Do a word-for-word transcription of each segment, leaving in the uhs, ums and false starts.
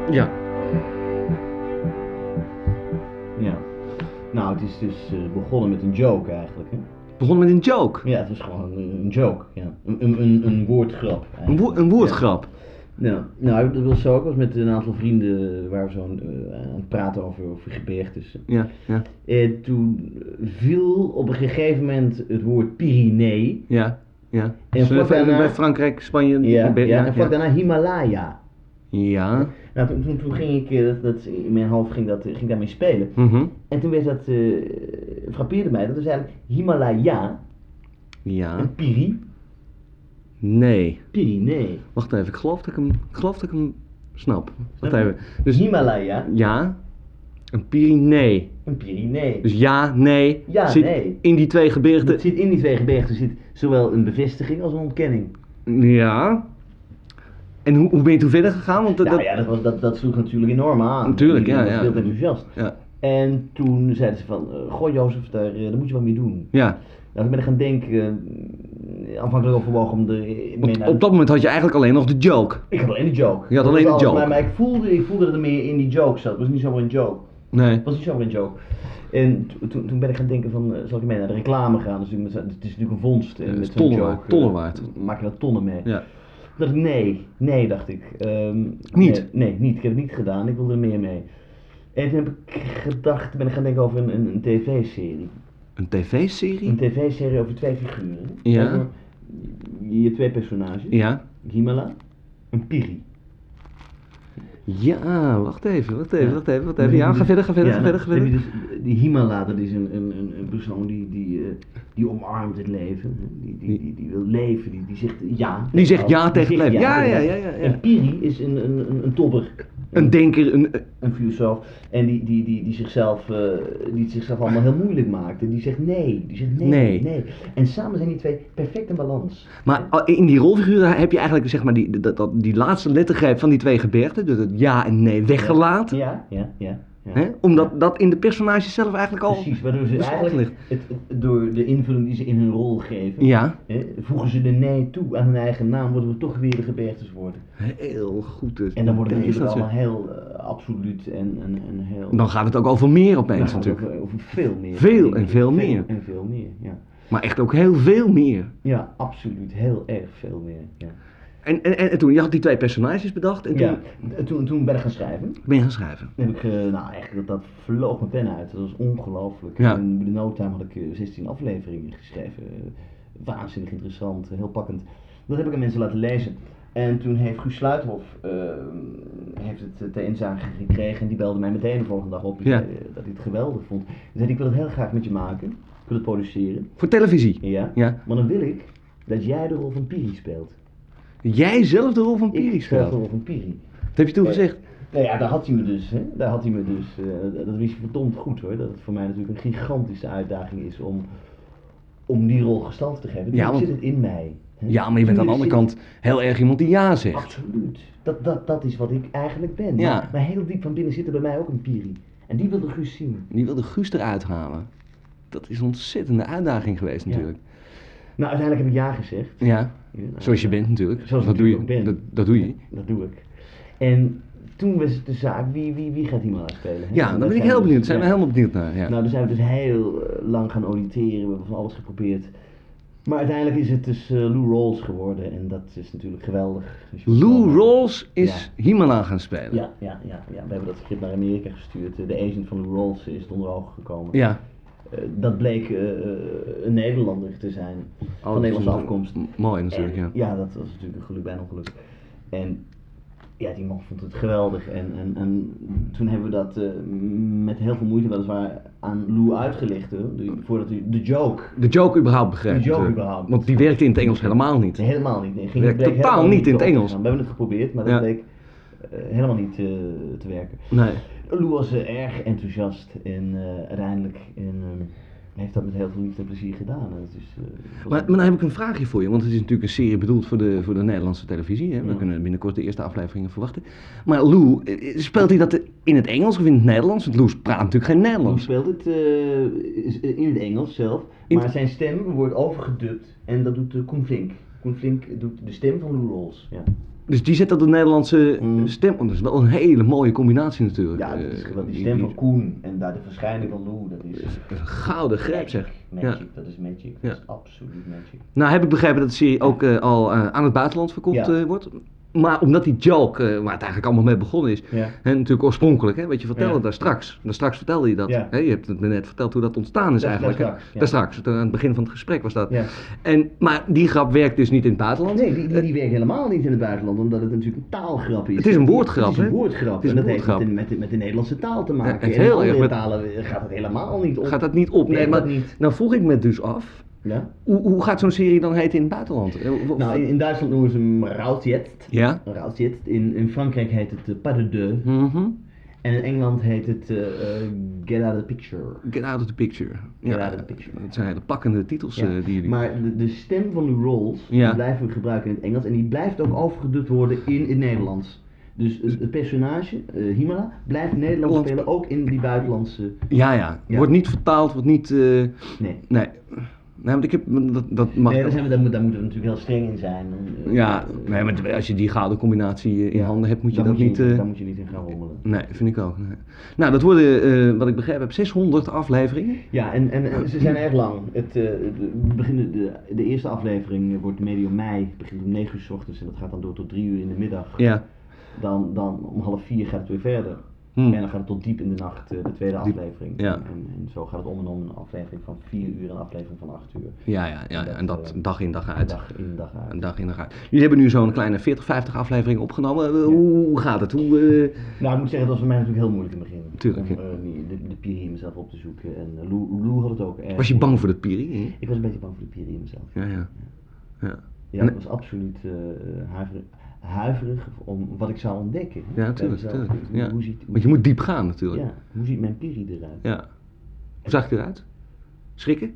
Ja. Ja. Nou, het is dus uh, begonnen met een joke eigenlijk, hè? Begon met een joke? Ja, het was gewoon een, een joke, ja. Een, een, een, een woordgrap. Een, wo- een woordgrap? Ja. Nou, nou, dat was zo ook. Ik was met een aantal vrienden waar we zo uh, aan het praten over, over gebergtes. Ja, ja. En toen viel op een gegeven moment het woord Pyrenee. Ja, ja. En vlak daarna, bij Frankrijk, Spanje... Ja, ja, ja, en vlak ja. daarna Himalaya. Ja. Nou, toen, toen, toen ging ik, dat, dat, in mijn hoofd ging, dat, ging daarmee spelen. Mm-hmm. En toen werd dat, uh, frappeerde mij, dat was eigenlijk Himalaya. Ja. En Piri. Nee. Pyrenee. Wacht even, ik geloof dat ik hem, ik geloof dat ik hem snap. Wacht Snap even. Dus Himalaya. Ja. Een Pyrenee. Een Pyrenee. Dus ja, nee. Ja, zit nee. in die twee gebergten. Het zit in die twee gebergten zit zowel een bevestiging als een ontkenning. Ja. En hoe, hoe ben je toen verder gegaan? Want dat, Nou ja, dat, was, dat, dat sloeg natuurlijk enorm aan. Natuurlijk, ja, Iedereen was ja. heel enthousiast. Ja. En toen zeiden ze van, uh, goh Jozef, daar, uh, daar moet je wat mee doen. Ja. Nou, ik ben er gaan denken, uh, aanvankelijk overwogen om er mee Op, naar... op dat moment had je eigenlijk alleen nog de joke. Ik had alleen de joke. Je had Dat alleen was de alles, joke. Maar, maar ik, voelde, ik voelde dat er meer in die joke zat. Het was niet zomaar een joke. Nee. Het was niet zomaar een joke. En to, to, toen ben ik gaan denken van, uh, zal ik mee naar de reclame gaan? Dus het is natuurlijk een vondst. En Ja, met zo'n tonnen joke, waard, uh, tonnen waard. maak je daar tonnen mee. Ja. Dat ik, nee, nee dacht ik. Um, Niet? Nee, nee, niet. Ik heb het niet gedaan. Ik wilde er meer mee. En toen heb ik gedacht, ben ik gaan denken over een, een, een tv-serie. Een tv-serie? Een tv-serie over twee figuren. Ja. Over, je hebt twee personages. Ja. Himala en Piri. Ja, wacht even, wacht even, Ja. wacht even, wacht even. Ja, ga verder, ga verder, Ja, ga verder, ga dan heb verder. je dus, die Himala, dat is een, een, een een persoon die, die, uh, die omarmt het leven. Die, die, die, die wil leven, die, die zegt ja. Die zegt ja alles. tegen het zegt leven. Ja, ja, tegen ja, alles. ja, ja. En Piri is een, een, een, een topper. Een denker, een... Een filosoof. En die, die, die, die, zichzelf, uh, die het zichzelf allemaal heel moeilijk maakt. En die zegt nee, die zegt nee, Nee. nee. En samen zijn die twee perfect in balans. Maar in die rolfiguren heb je eigenlijk zeg maar die, dat, dat, die laatste lettergreep van die twee gebergten, dus het ja en nee, weggelaten. Ja, ja, ja. ja. Hè? Omdat dat in de personages zelf eigenlijk al Precies, waardoor ze besloten eigenlijk, ligt. het, het, door de invulling die ze in hun rol geven, Ja. hè, voegen ze de nee toe aan hun eigen naam, worden we toch weer de gebergtes worden. Heel goed. Dus En dan wordt het is natuurlijk dat allemaal zo. heel uh, absoluut en, en, en heel... Dan gaat het ook over meer dan opeens gaat het natuurlijk. over, over veel meer. Veel dingen. en veel meer. En veel meer, ja. Maar echt ook heel veel meer. Ja, absoluut, heel erg veel meer, ja. En, en, en toen, je had die twee personages bedacht en toen Ja, toen, toen ben ik gaan schrijven. ben je gaan schrijven. Dan heb ik, uh, nou eigenlijk, dat, dat vloog mijn pen uit, dat was ongelooflijk. Ja. In de no time had ik uh, zestien afleveringen geschreven, uh, waanzinnig interessant, heel pakkend. Dat heb ik aan mensen laten lezen. En toen heeft Guus Sluithof uh, heeft het ter inzage gekregen en die belde mij meteen de volgende dag op. Die Ja. zei, uh, dat hij het geweldig vond. Hij zei, ik wil het heel graag met je maken, ik wil het produceren. Voor televisie. Ja, Ja. maar dan wil ik dat jij de rol van Piri speelt. Jij zelf de rol van Piri Ik speel de speelt. rol van Piri. Dat heb je toen Eh, gezegd. Nou ja, daar had hij me dus, hè. Daar had hij me dus, uh, dat wist je verdomd goed hoor, dat het voor mij natuurlijk een gigantische uitdaging is om, om die rol gestalte te geven. Ja, Ja, want- zit het in mij. Hè. Ja, maar je bent aan de andere Tuurlijk kant heel erg iemand die ja zit- zegt. Absoluut. Dat, dat, dat is wat ik eigenlijk ben. Ja. Maar, maar heel diep van binnen zit er bij mij ook een Piri. En die wilde Guus zien. Die wilde Guus eruit halen. Dat is een ontzettende uitdaging geweest Ja. natuurlijk. Nou, uiteindelijk heb ik ja gezegd. Ja, Ja, nou, zoals je bent natuurlijk. Zoals ik dat doe je. natuurlijk ook ben. Dat, dat doe je. Dat doe ik. En toen was het de zaak, wie, wie, wie gaat die man spelen? Hè? Ja, En dan daar ben ik zijn heel we benieuwd. dus- Zijn we ja. helemaal benieuwd naar. Ja. Nou, daar zijn we dus heel uh, lang gaan auditeren, we hebben van alles geprobeerd. Maar uiteindelijk is het dus uh, Lou Rawls geworden en dat is natuurlijk geweldig. Dus je moet Lou wel- Rawls is Himala gaan spelen. Ja, ja, ja, ja, we hebben dat script naar Amerika gestuurd. Uh, De agent van Lou Rawls is het onder ogen gekomen. Ja. Uh, dat bleek uh, een Nederlander te zijn, Oh, van dat Nederlandse is afkomst. m- Mooi natuurlijk, En, ja. ja, dat was natuurlijk een geluk bij een ongeluk. En ja, die man vond het geweldig. En, en, en toen hebben we dat uh, met heel veel moeite weliswaar aan Lou uitgelegd. Hoor. De, voordat hij de joke. De joke überhaupt begrepen. De joke natuurlijk. überhaupt. Want die werkte in het Engels helemaal niet. Nee, helemaal niet. Nee, ging, Werkt bleek totaal helemaal niet in het op te Engels. gaan. We hebben het geprobeerd, maar dat Ja. bleek uh, helemaal niet uh, te werken. Nee. Lou was uh, erg enthousiast en uh, uiteindelijk en, um, heeft dat met heel veel liefde en plezier gedaan. En het is, uh, het was Maar, een- maar dan heb ik een vraagje voor je, want het is natuurlijk een serie bedoeld voor de, voor de Nederlandse televisie. Hè? We Ja. kunnen binnenkort de eerste afleveringen verwachten. Maar Lou, eh, speelt hij dat in het Engels of in het Nederlands? Want Lou praat natuurlijk geen Lou Nederlands. speelt het uh, is, uh, in het Engels zelf, In maar het- zijn stem wordt overgedubt en dat doet uh, Koen Vink. Koen Flink doet de stem van Lou Rawls. Ja. Dus die zet dat de Nederlandse Mm. stem. Want dat is wel een hele mooie combinatie natuurlijk. Ja, dat is Eh, geweldig. Die die- stem die- van Koen en daar de verschijning van Lou, dat is... dat is een gouden greep zeg. Magic, Ja. dat is magic. Ja. Dat is absoluut magic. Nou heb ik begrepen dat de serie ook eh, al eh, aan het buitenland verkocht Ja. eh, wordt. Maar omdat die joke, eh, waar het eigenlijk allemaal mee begonnen is, Ja. hè, natuurlijk oorspronkelijk, hè, wat je vertelde Ja. daar straks. Daar straks vertelde je dat. Ja. Hè, je hebt het me net verteld hoe dat ontstaan is Dat- eigenlijk. daar hè. straks, ja. Daar straks, aan het begin van het gesprek was dat. Ja. En, maar die grap werkt dus niet in het buitenland. Nee, die, die, die werkt helemaal niet in het buitenland, omdat het natuurlijk een taalgrap is. Het is een woordgrap, Het is een hè? woordgrap. Het is en een dat heeft woordgrap. met de, met, de, met de Nederlandse taal te maken. Ja, het is en in heel andere erg met- talen gaat het helemaal niet op. Gaat dat niet op? Nee, Nee, dat maar niet. nou vroeg ik me dus af, Ja? hoe, hoe gaat zo'n serie dan heten in het buitenland? Eh, of- Nou, in, in Duitsland noemen ze hem Rausjetst. Ja? Rausjetst. In, in Frankrijk heet het uh, Pas de deux. Mhm. En in Engeland heet het uh, uh, Get Out of the Picture. Get out of the picture. Get out of the picture. Dat zijn hele pakkende titels Ja, eh, die jullie... Maar de, de stem van Lou Rawls, Ja. die blijven we gebruiken in het Engels en die blijft ook overgedubt worden in het Nederlands. Dus het, het personage, uh, Himala, blijft Nederlands Land- spelen, ook in die buitenlandse... Ja, ja. Ja. Wordt niet vertaald, wordt niet... eh, Nee. Nee. Nee, want ik heb... Dat, dat mag Nee, wel. daar, zijn we, daar, moet- daar moeten we natuurlijk heel streng in zijn. Uh, Ja, uh, nee, maar als je die gouden combinatie eh, in ja, handen hebt, moet je daar dat niet... eh, Daar moet je niet in gaan rommelen. Nee, vind ik ook. Nee. Nou, dat worden, eh, wat ik begrepen heb, zeshonderd afleveringen. Ja, en, en, en ze zijn erg lang. Het, uh, de, we beginnen de, de eerste aflevering wordt medio mei, begint om negen uur 's ochtends en dat gaat dan door tot drie uur in de middag. Ja. Dan, dan om half vier gaat het weer verder. Hmm. En dan gaat het tot diep in de nacht, uh, de tweede Diep, aflevering. ja. En, en zo gaat het om en om, een aflevering van vier uur en een aflevering van acht uur. Ja, ja, ja, ja. En dat uh, dag in dag uit. Dag in dag uit. Een dag in dag uit. Jullie hebben nu zo'n kleine veertig, vijftig afleveringen opgenomen. Uh, Hoe gaat het? Hoe, eh, Nou, ik moet zeggen, dat was voor mij natuurlijk heel moeilijk in het begin. Tuurlijk, Om ja. uh, die, de, de Piri in mezelf op te zoeken. En uh, Lou, Lou had het ook erg. Was je bang voor de Piri? Ik was een beetje bang voor de Piri in mezelf. Ja, ja. Ja, Ja, En- ik was absoluut uh, huiverig, huiverig om wat ik zou ontdekken. ja Bij natuurlijk. mezelf. natuurlijk. Hoe, Ja. hoe ziet, hoe Want je moet diep gaan natuurlijk. Ja, hoe ziet mijn Piri eruit? Ja. Hoe zag je eruit? Schrikken?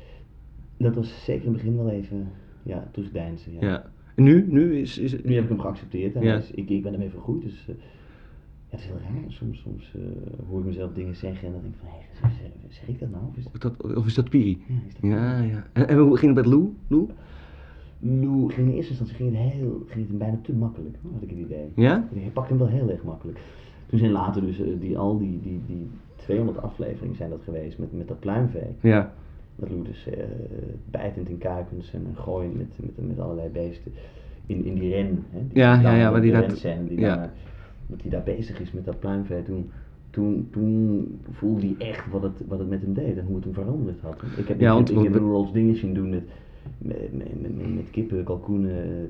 Dat was zeker in het begin wel even, ja, terugdeinzen. Ja. Ja. En nu? Nu is, is Nu heb ik hem geaccepteerd en Ja. hij is- ik, ik ben ermee vergroeid, dus uh, ja, het is heel raar. Soms, soms uh, hoor ik mezelf dingen zeggen en dan denk ik van, hé, zeg, zeg ik dat nou? Of is, Of, dat, of is dat Piri? ja, is dat Ja, ja. En, en hoe ging het met Lou? Lou? Lou ging in eerste instantie ging het, heel, ging het hem bijna te makkelijk, had ik het idee. Ja? Hij pakte hem wel heel erg makkelijk. Toen zijn later dus uh, die, al die, die, die tweehonderd afleveringen zijn dat geweest met, met dat pluimvee. Ja. Dat Lou dus uh, bijtend in kuikens en gooien met, met, met allerlei beesten in, in die ren. Hè, die, Ja, die ja, ja, dan- waar die de dat- renscène die ja. daar- dat hij daar bezig is met dat pluimvee. Toen, toen, toen voelde hij echt wat het, wat het met hem deed en hoe het hem veranderd had. Ik heb, Ja, ik, want- heb, ik heb want- Lou Rawls dingen zien doen met, met, met, met, met, met kippen, kalkoenen.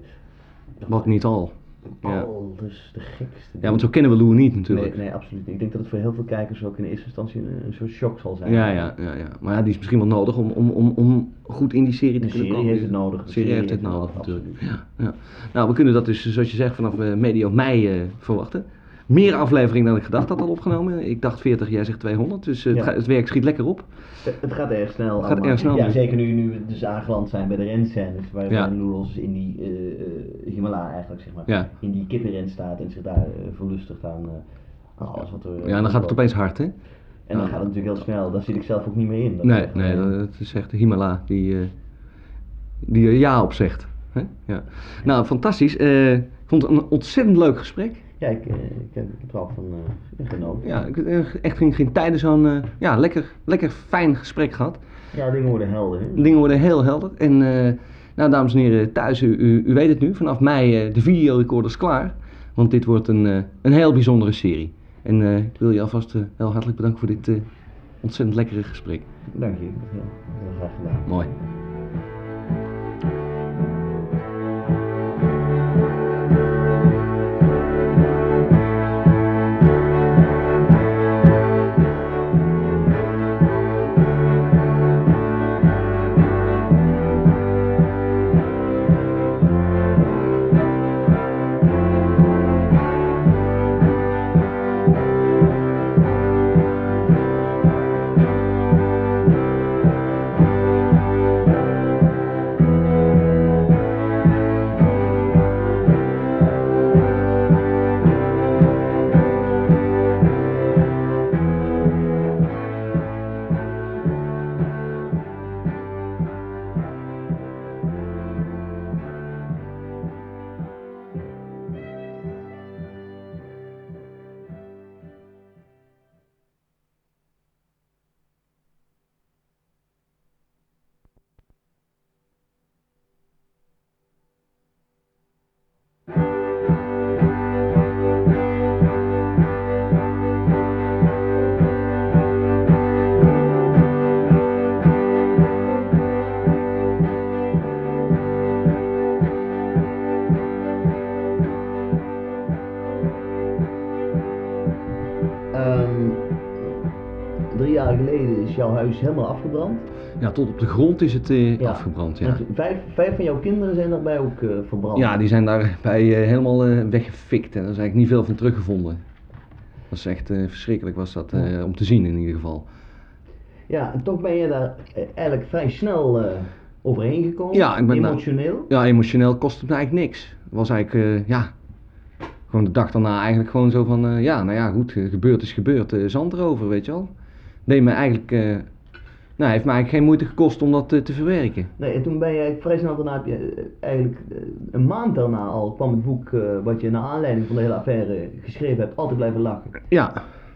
uh, Wat niet al. Ja. Alles de gekste. Ja, want zo kennen we Lou niet natuurlijk. Nee, nee, absoluut niet. Ik denk dat het voor heel veel kijkers ook in de eerste instantie een, een soort shock zal zijn. Ja, ja, ja, ja. Maar ja, die is misschien wel nodig om, om, om, om goed in die serie te De kunnen serie komen. heeft het nodig. De serie heeft het nodig natuurlijk. absoluut. Ja, ja. Nou, we kunnen dat dus, zoals je zegt, vanaf eh, medio mei eh, verwachten. Meer afleveringen dan ik gedacht had al opgenomen. Ik dacht veertig, jij zegt tweehonderd. Dus eh, het, Ja. gaat- het werk schiet lekker op. Het, het gaat erg snel. Het gaat allemaal. erg snel Ja, nu. zeker nu, nu we dus aangeland zijn bij de renscènes, waar Ja. Lou Rawls in die uh, uh, Himalaya eigenlijk, zeg maar, Ja. in die kippenren staat en zich daar uh, verlustigt aan, uh, aan alles wat er... Ja, en dan gaat het opeens hard, hè? En dan Ja. gaat het natuurlijk heel snel, daar zit ik zelf ook niet meer in. Dat Nee, is echt, nee, uh, dat, dat is echt de Himala die, eh, die er ja op zegt. Hè? Ja. Nou, fantastisch. Eh, ik vond het een ontzettend leuk gesprek. Ja, ik, uh, ik, heb, ik heb er al van uh, genoten. Ja, ik heb echt geen, geen tijden zo'n eh, ja, lekker, lekker fijn gesprek gehad. Ja, dingen worden helder. Hè? Dingen worden heel helder. En eh, nou, dames en heren thuis, u, u, u weet het nu. Vanaf mei eh, de videorecorders klaar. Want dit wordt een, eh, een heel bijzondere serie. En eh, ik wil je alvast eh, heel hartelijk bedanken voor dit eh, ontzettend lekkere gesprek. Dank je, heel, heel graag gedaan. Mooi. jaar geleden is jouw huis helemaal afgebrand. Ja, tot op de grond is het uh, Ja. afgebrand, ja. En vijf, vijf van jouw kinderen zijn daarbij ook uh, verbrand. Ja, die zijn daarbij uh, helemaal uh, weggefikt en er is eigenlijk niet veel van teruggevonden. Dat is echt uh, verschrikkelijk was dat, uh, om te zien in ieder geval. Ja, en toch ben je daar uh, eigenlijk vrij snel uh, overheen gekomen, ja, ik ben emotioneel. Da- ja, emotioneel kost het me eigenlijk niks. Het was eigenlijk, uh, ja, gewoon de dag daarna eigenlijk gewoon zo van, uh, ja, nou ja, goed, gebeurd is gebeurd, uh, zand erover, weet je wel. Deed me eigenlijk, uh, nou, heeft me eigenlijk geen moeite gekost om dat uh, te verwerken. Nee, en toen ben je eigenlijk vrij snel daarna, heb je uh, eigenlijk uh, een maand daarna al, kwam het boek uh, wat je naar aanleiding van de hele affaire geschreven hebt, Altijd Blijven Lachen. Ja.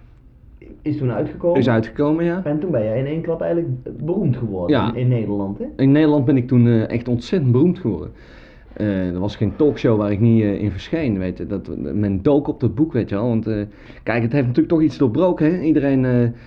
Is toen uitgekomen. Is uitgekomen, ja. En toen ben jij in één klap eigenlijk beroemd geworden ja. in, in Nederland, hè? In Nederland ben ik toen uh, echt ontzettend beroemd geworden. Uh, er was geen talkshow waar ik niet uh, in verscheen, weet je. Dat, men dook op dat boek, weet je wel. Want uh, kijk, het heeft natuurlijk toch iets doorbroken, hè. Iedereen uh, uh,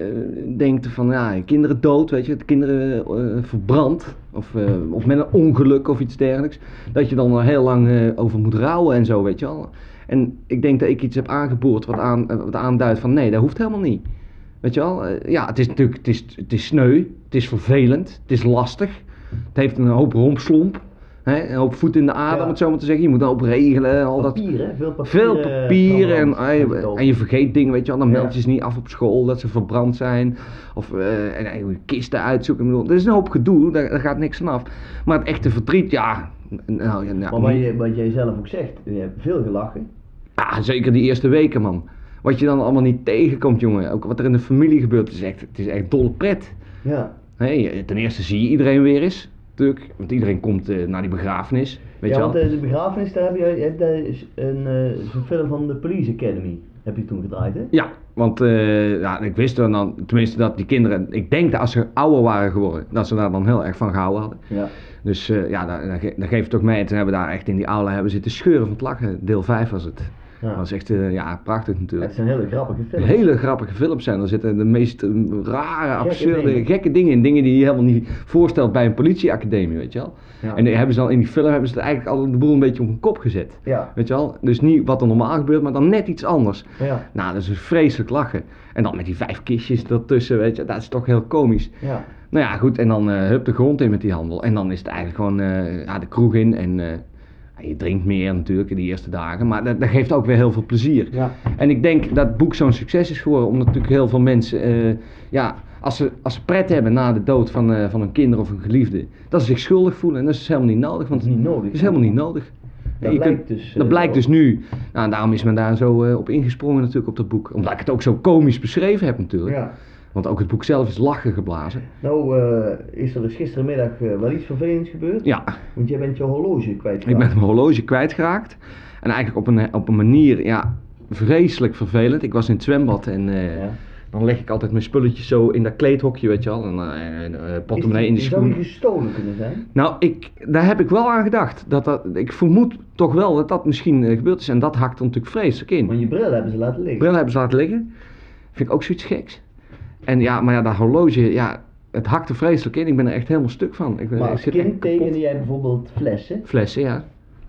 denkt van, ja, kinderen dood, weet je. Kinderen uh, verbrand. Of, uh, of met een ongeluk of iets dergelijks. Dat je dan er heel lang uh, over moet rouwen en zo, weet je wel. En ik denk dat ik iets heb aangeboord wat, aan, wat aanduidt van, nee, dat hoeft helemaal niet. Weet je wel, uh, ja, het is natuurlijk, het is, het is sneu, het is vervelend, het is lastig. Het heeft een hoop rompslomp. He, een hoop voet in de aarde, ja. om het zo maar te zeggen. Je moet een hoop regelen. Al papier, dat, hè? Veel papier. Veel papier en, en, en je vergeet dingen, weet je wel. Dan meld je ja. ze niet af op school dat ze verbrand zijn. Of uh, en, en, kisten uitzoeken. Ik bedoel, er is een hoop gedoe, daar, daar gaat niks van af. Maar het echte verdriet, ja... Nou, ja maar wat, je, wat jij zelf ook zegt, je hebt veel gelachen. Ja, zeker die eerste weken, man. Wat je dan allemaal niet tegenkomt, jongen. Ook wat er in de familie gebeurt, het is echt, het is echt dolle pret. Ja. Hey, ten eerste zie je iedereen weer eens. Natuurlijk, want iedereen komt uh, naar die begrafenis, weet ja, je wel. want de, de begrafenis, daar heb je, heb je een, uh, een film van de Police Academy, heb je toen gedraaid, hè? Ja, want uh, ja, ik wist dan, tenminste dat die kinderen, ik denk dat als ze ouder waren geworden, dat ze daar dan heel erg van gehouden hadden. Ja. Dus uh, ja, dat, dat geeft toch mee. En toen hebben we daar echt in die aula hebben zitten scheuren van het lachen. Deel vijf was het. Ja. Dat was echt uh, ja, prachtig natuurlijk. Het zijn hele grappige films. Hele grappige films zijn. Er zitten de meest uh, rare, absurde, gekke dingen. gekke dingen in. Dingen die je helemaal niet voorstelt bij een politieacademie, weet je wel. Ja. En die hebben ze dan in die film hebben ze het eigenlijk al de boel een beetje op een kop gezet. Ja. Weet je wel. Dus niet wat er normaal gebeurt, maar dan net iets anders. Ja. Nou, dat is vreselijk lachen. En dan met die vijf kistjes ertussen, weet je. Dat is toch heel komisch. Ja. Nou ja, goed. En dan uh, hup de grond in met die handel. En dan is het eigenlijk gewoon uh, ja, de kroeg in en... Uh, je drinkt meer natuurlijk in die eerste dagen, maar dat, dat geeft ook weer heel veel plezier. Ja. En ik denk dat het boek zo'n succes is geworden, omdat natuurlijk heel veel mensen, uh, ja, als ze, als ze pret hebben na de dood van, uh, van een kinder of een geliefde, dat ze zich schuldig voelen. En dat is helemaal niet nodig. Want dat is niet nodig. Dat is helemaal niet nodig. Dat je blijkt kunt, dus, dat uh, blijkt dus nu. Nou, en daarom is men daar zo uh, op ingesprongen natuurlijk op dat boek. Omdat ik het ook zo komisch beschreven heb natuurlijk. Ja. Want ook het boek zelf is lachen geblazen. Nou, uh, is er dus gisterenmiddag uh, wel iets vervelends gebeurd? Ja. Want jij bent je horloge kwijtgeraakt. Ik ben mijn horloge kwijtgeraakt. En eigenlijk op een, op een manier, ja, vreselijk vervelend. Ik was in het zwembad en uh, ja. dan leg ik altijd mijn spulletjes zo in dat kleedhokje, weet je wel. En uh, uh, portemonnee in de schoen. Zou die gestolen kunnen zijn? Nou, ik, daar heb ik wel aan gedacht. Dat dat, ik vermoed toch wel dat dat misschien uh, gebeurd is. En dat hakt er natuurlijk vreselijk in. Want je bril hebben ze laten liggen. Bril hebben ze laten liggen. Vind ik ook zoiets geks. En ja, maar ja, dat horloge, ja, het hakte vreselijk in. Ik ben er echt helemaal stuk van. Ik ben, maar ik als zit kind tekende jij bijvoorbeeld flessen? Flessen, ja.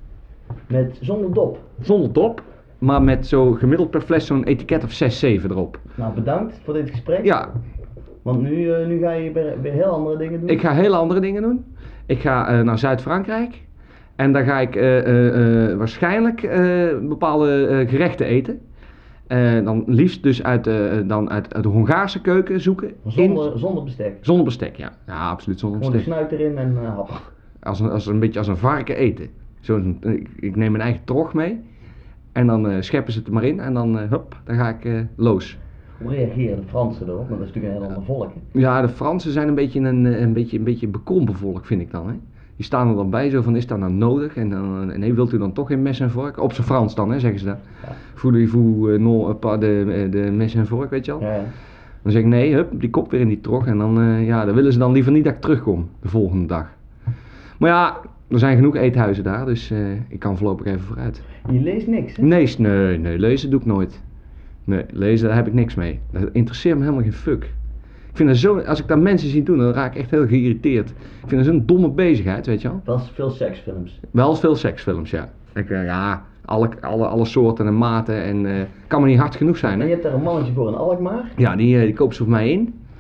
Met, zonder dop? Zonder dop, maar met zo gemiddeld per fles zo'n etiket of zes, zeven erop. Nou, bedankt voor dit gesprek. Ja. Want nu, uh, nu ga je weer, weer heel andere dingen doen. Ik ga hele andere dingen doen. Ik ga uh, naar Zuid-Frankrijk. En daar ga ik uh, uh, uh, waarschijnlijk uh, bepaalde uh, gerechten eten. Uh, dan liefst dus uit, uh, dan uit, uit de Hongaarse keuken zoeken. Zonder, in, zonder bestek? Zonder bestek, ja. Ja, absoluut zonder Gewoon bestek. Gewoon de snuit erin en uh, hap. Als een, als een beetje als een varken eten. Zo, ik, ik neem mijn eigen trog mee. En dan uh, scheppen ze het er maar in. En dan, uh, hup, dan ga ik uh, los. Hoe reageren de Fransen erop? Want dat is natuurlijk een heel ander volk. Hè? Ja, de Fransen zijn een beetje een, een, beetje, een beetje bekrompen volk, vind ik dan. Hè? Die staan er dan bij, zo van, is dat nou nodig? En dan, nee, wilt u dan toch geen mes en vork? Op zijn Frans dan, hè, zeggen ze dat. Ja. Voulez-vous uh, non pas de, de mes en vork, weet je al? Ja, ja. Dan zeg ik, nee, hup, die kop weer in die trog. En dan, uh, ja, dan willen ze dan liever niet dat ik terugkom, de volgende dag. Maar ja, er zijn genoeg eethuizen daar, dus uh, ik kan voorlopig even vooruit. Je leest niks, hè? Nee, nee, nee, lezen doe ik nooit. Nee, lezen, daar heb ik niks mee. Dat interesseert me helemaal geen fuck. Ik vind dat zo, als ik daar mensen zie doen, dan raak ik echt heel geïrriteerd. Ik vind dat zo'n domme bezigheid, weet je wel. Wel veel seksfilms. Wel veel seksfilms, ja. Ik, uh, ja, alle, alle, alle soorten en maten en uh, kan maar niet hard genoeg zijn, hè. En je hebt daar een mannetje voor in Alkmaar. Ja, die, uh, die kopen ze voor mij in.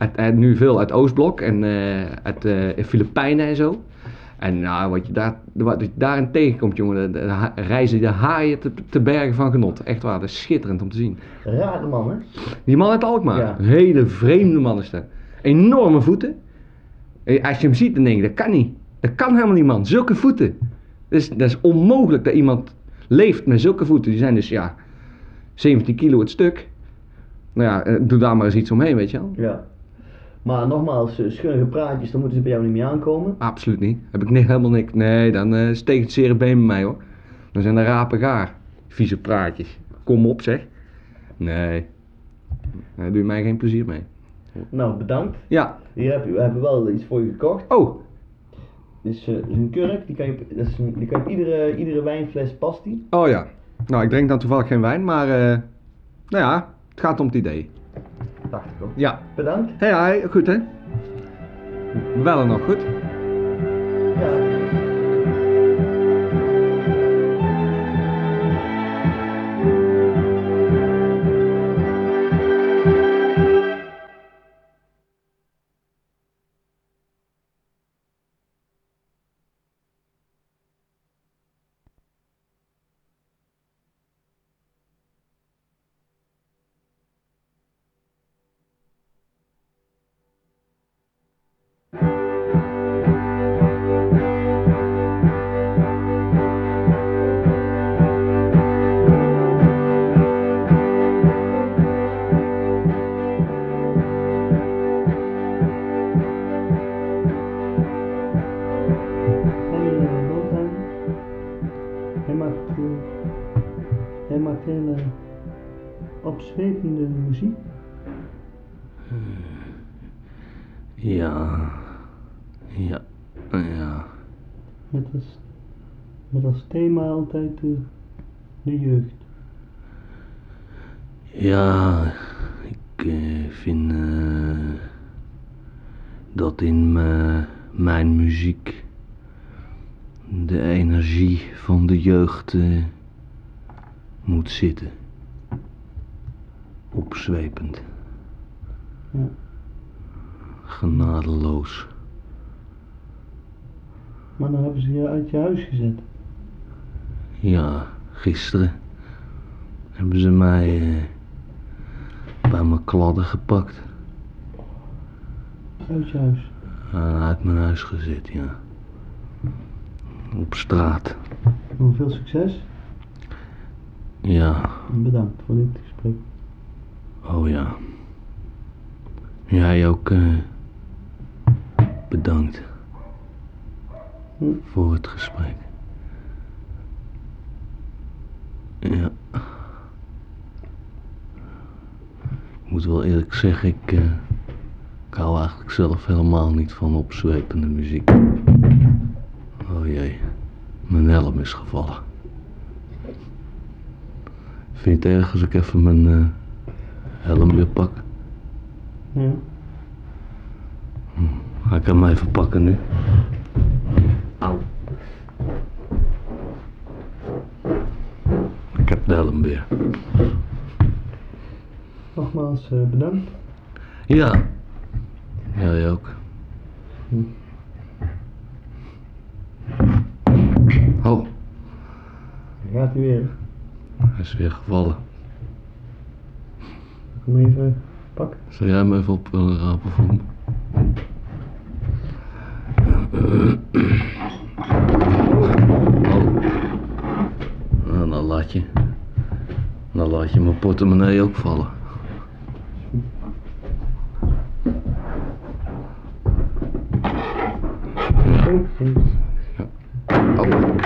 uit, uit, nu veel uit Oostblok en uh, uit de uh, Filipijnen en zo. En nou, wat je, daar, wat je daarin tegenkomt, jongen, de, de, de reizen de haaien te, te bergen van genot. Echt waar, dat is schitterend om te zien. Rare man, hè? Die man uit Alkmaar, ja. Een hele vreemde man is dat. Enorme voeten. Als je hem ziet, dan denk je, dat kan niet. Dat kan helemaal niet, man. Zulke voeten. Dat is, dat is onmogelijk dat iemand leeft met zulke voeten. Die zijn dus, ja, zeventien kilo het stuk. Nou ja, doe daar maar eens iets omheen, weet je wel. Ja. Maar nogmaals, schurige praatjes, dan moeten ze bij jou niet meer aankomen. Absoluut niet. Heb ik niet, helemaal niks. Nee, dan uh, steekt het zere been bij mij, hoor. Dan zijn er rapen gaar. Vieze praatjes. Kom op, zeg. Nee. Daar doe je mij geen plezier mee. Nou, bedankt. Ja. Hier heb je, we hebben wel iets voor je gekocht. Oh. Dit is, uh, is een kurk, die kan je, dat is een, die kan je op iedere, iedere wijnfles past die. Oh ja. Nou, ik drink dan toevallig geen wijn, maar uh, nou ja, het gaat om het idee. Dacht ik ook. Ja. Bedankt. Hé, hey, hey, goed hè? Wel nog goed? Ja. Hij maakt hele opzwepende muziek. Ja, ja, ja. Met als, met als thema altijd de, de jeugd. Ja, ik uh, vind uh, dat in me, mijn muziek de energie van de jeugd uh, moet zitten. Opzwepend. Ja. Genadeloos. Maar dan hebben ze je uit je huis gezet. Ja, gisteren hebben ze mij uh, bij mijn kladden gepakt. Uit je huis? Uh, uit mijn huis gezet, ja. Op straat. Nou, veel succes. Ja. En bedankt voor dit gesprek. Oh ja. Jij ook uh, bedankt hm. voor het gesprek. Ja. Ik moet wel eerlijk zeggen, ik, uh, ik hou eigenlijk zelf helemaal niet van opzwepende muziek. Oh jee, mijn helm is gevallen. Vind je het erg als ik even mijn uh, helm weer pak? Ja. Hm, ga ik hem even pakken nu? Au. Ik heb de helm weer. Nogmaals uh, bedankt. Ja. Jij ook. Hm. Oh. Gaat hij weer? Hij is weer gevallen. Ik hem even pakken. Zal jij hem even op willen rapen voor me? Oh. Nou, dan laat je. Dan laat je mijn portemonnee ook vallen. Ja. Ja. Oh.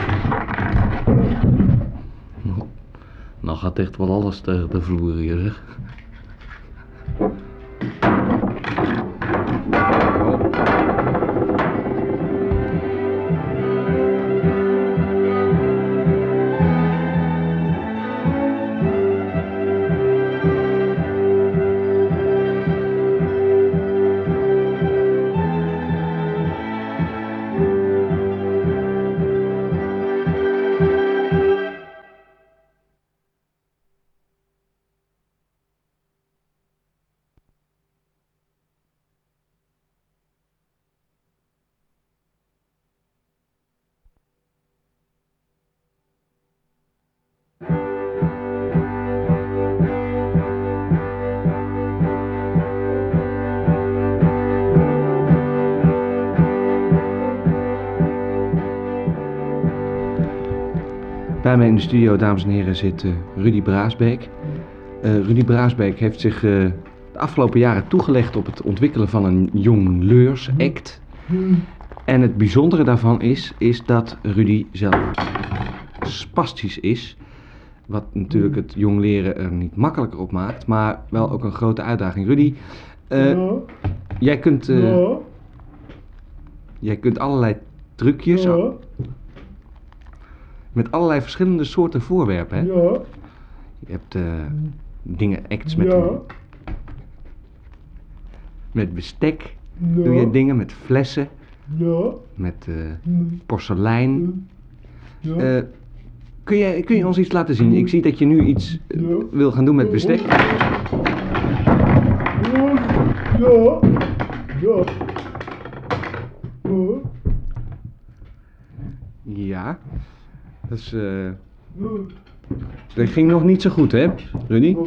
Nou, nou gaat echt wel alles tegen de vloer hier, zeg. bij mij in de studio, dames en heren, zit uh, Rudy Braasbeek. Uh, Rudy Braasbeek heeft zich uh, de afgelopen jaren toegelegd op het ontwikkelen van een jongleurs-act. En het bijzondere daarvan is, is dat Rudy zelf spastisch is. Wat natuurlijk het jongleren er niet makkelijker op maakt, maar wel ook een grote uitdaging. Rudy, uh, ja. jij, kunt, uh, ja. jij kunt allerlei trucjes, ja. met allerlei verschillende soorten voorwerpen, hè? Ja. Je hebt uh, dingen, acts met, ja. met bestek, ja. doe je dingen met flessen, ja. met uh, porselein. Ja. Uh, kun, je, kun je ons iets laten zien? Ik zie dat je nu iets uh, ja. wil gaan doen met bestek. Ja. Ja. Ja. Ja. Dat is, uh, dat ging nog niet zo goed, hè, Rudy?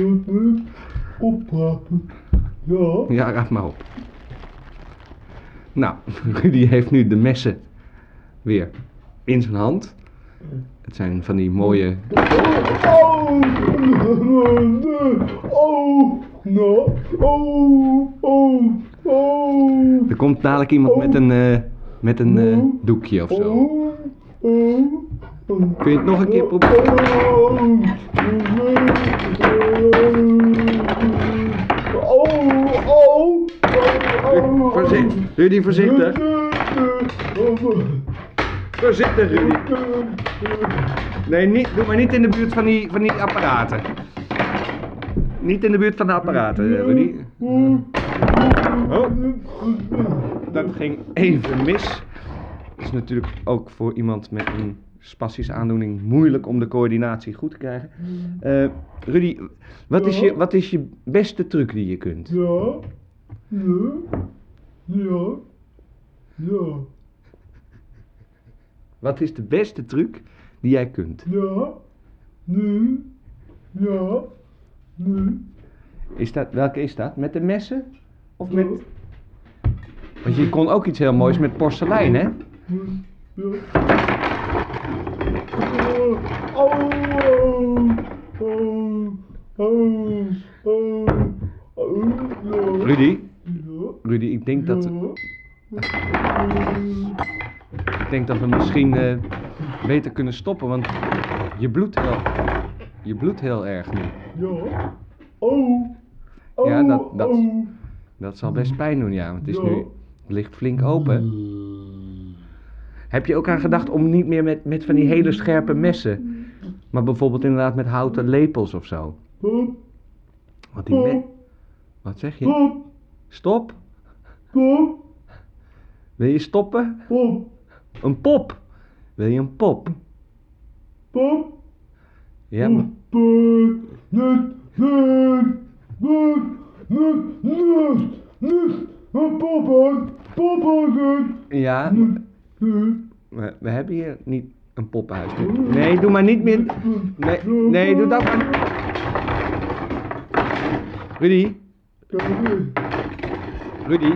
Oprapen. Ja. Ja, raap maar op. Nou, Rudy heeft nu de messen weer in zijn hand. Het zijn van die mooie... Oh, oh, no, oh, oh, oh. Er komt dadelijk iemand met een, uh, met een uh, doekje of zo. Kun je het nog een keer proberen? Oh, oh, oh. Voorzichtig, Rudy, voorzichtig. Voorzichtig, Rudy. Nee, niet, doe maar niet in de buurt van die, van die apparaten. Niet in de buurt van de apparaten, Rudy. Oh, dat ging even mis. Het is natuurlijk ook voor iemand met een spastische aandoening moeilijk om de coördinatie goed te krijgen. Uh, Rudy, wat, ja. is je, wat is je beste truc die je kunt? Ja, ja, ja, ja. Wat is de beste truc die jij kunt? Ja, nu, ja, nu. Is dat, welke is dat? Met de messen? Of ja. met... Want je kon ook iets heel moois met porselein, hè? Ja. Oh, oh, oh, oh, oh, Rudy? Rudy, ik denk dat... Ik denk dat we misschien uh, beter kunnen stoppen, want je bloedt heel, je bloedt heel erg nu. Ja. Oh. Oh. Ja, dat, dat, oh. dat zal best pijn doen, ja, want het is ja. nu, het ligt flink open. Heb je ook aan gedacht om niet meer met, met van die hele scherpe messen, maar bijvoorbeeld inderdaad met houten lepels of zo? Want die me... Wat zeg je? Stop? Wil je stoppen? Een pop. Wil je een pop? Pop? Ja, maar... Ja, maar we hebben hier niet een poppenhuis. Nee, doe maar niet meer... Nee, nee, doe dat maar... Rudy? Rudy?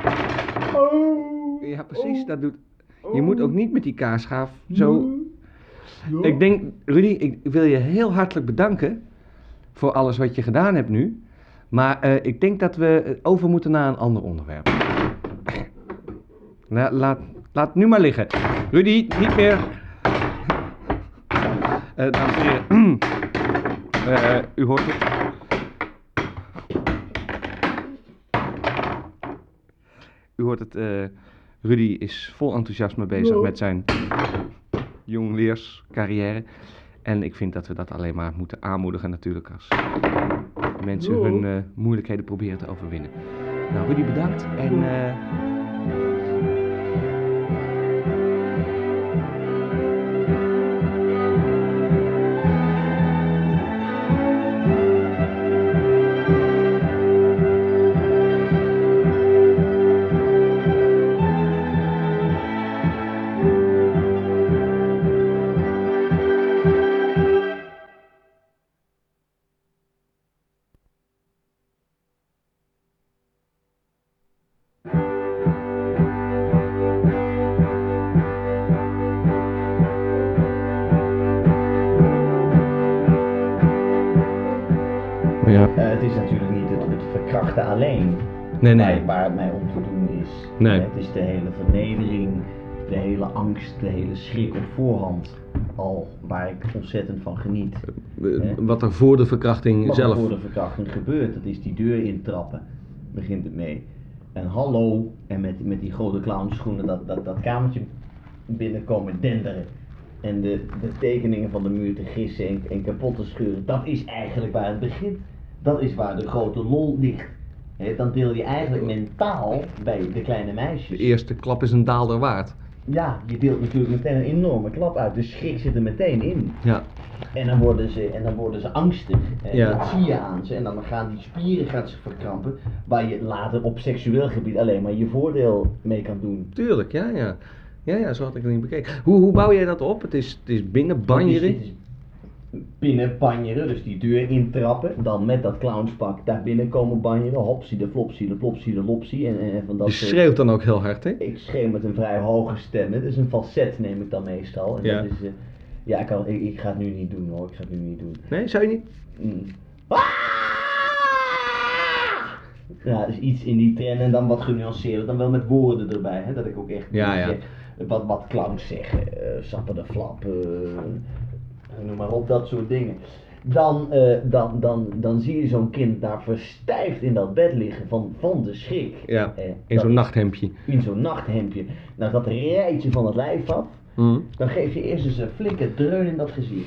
Ja, precies, dat doet... Je moet ook niet met die kaasschaaf zo... Ja. Ik denk, Rudy, ik wil je heel hartelijk bedanken voor alles wat je gedaan hebt nu. Maar uh, ik denk dat we over moeten naar een ander onderwerp. La, laat, laat het nu maar liggen. Rudy, niet meer... Uh, dames en heren, uh, u hoort het. U hoort het, uh, Rudy is vol enthousiasme bezig met zijn jongleerscarrière. En ik vind dat we dat alleen maar moeten aanmoedigen natuurlijk als mensen hun uh, moeilijkheden proberen te overwinnen. Nou, Rudy, bedankt en... Uh, ja. Uh, het is natuurlijk niet het, het verkrachten alleen. Nee, nee. Waar, waar het mij om te doen is. Nee. Het is de hele vernedering, de hele angst, de hele schrik op voorhand. Al waar ik ontzettend van geniet. Uh, wat er voor de verkrachting wat zelf... Wat er voor de verkrachting gebeurt, dat is die deur intrappen. Begint het mee. En hallo, en met, met die grote clownschoenen dat, dat, dat kamertje binnenkomen denderen. En de, de tekeningen van de muur te gissen en, en kapot te scheuren. Dat is eigenlijk waar het begint. Dat is waar de grote lol ligt. He, dan deel je eigenlijk mentaal bij de kleine meisjes. De eerste klap is een daalder waard. Ja, je deelt natuurlijk meteen een enorme klap uit. De schrik zit er meteen in. Ja. En dan worden ze, en dan worden ze angstig. En Ja. dat zie je aan ze. En dan gaan die spieren gaan zich verkrampen. Waar je later op seksueel gebied alleen maar je voordeel mee kan doen. Tuurlijk, ja, ja. Ja, ja, zo had ik het niet bekeken. Hoe, hoe bouw jij dat op? Het is, het is binnen banjeren? Het is, het is binnen banjeren, dus die deur intrappen. Dan met dat clownspak daar binnen komen banjeren. Hopsie de flopsie de plopsie de lopsie. En, en van dat Je schreeuwt dan ook heel hard, hè? Ik schreeuw met een vrij hoge stem. Het is een falset neem ik dan meestal. En Ja. dat is, uh, ja, ik, kan, ik, ik ga het nu niet doen hoor. Ik ga het nu niet doen. Nee, zou je niet? Mm. Ah! Ja, dus iets in die trend en dan wat genuanceerder, dan wel met woorden erbij, hè, dat ik ook echt Ja, ja. zeg, wat, wat clowns zeggen, uh, sappen de flap, uh, noem maar op, dat soort dingen. Dan, uh, dan, dan, dan zie je zo'n kind daar verstijfd in dat bed liggen van, van de schrik. Ja, eh, in zo'n dat- nachthemdje. In zo'n nachthemdje. Nou, dat rijdt je van het lijf af, Mm. dan geef je eerst eens een flinke dreun in dat gezicht.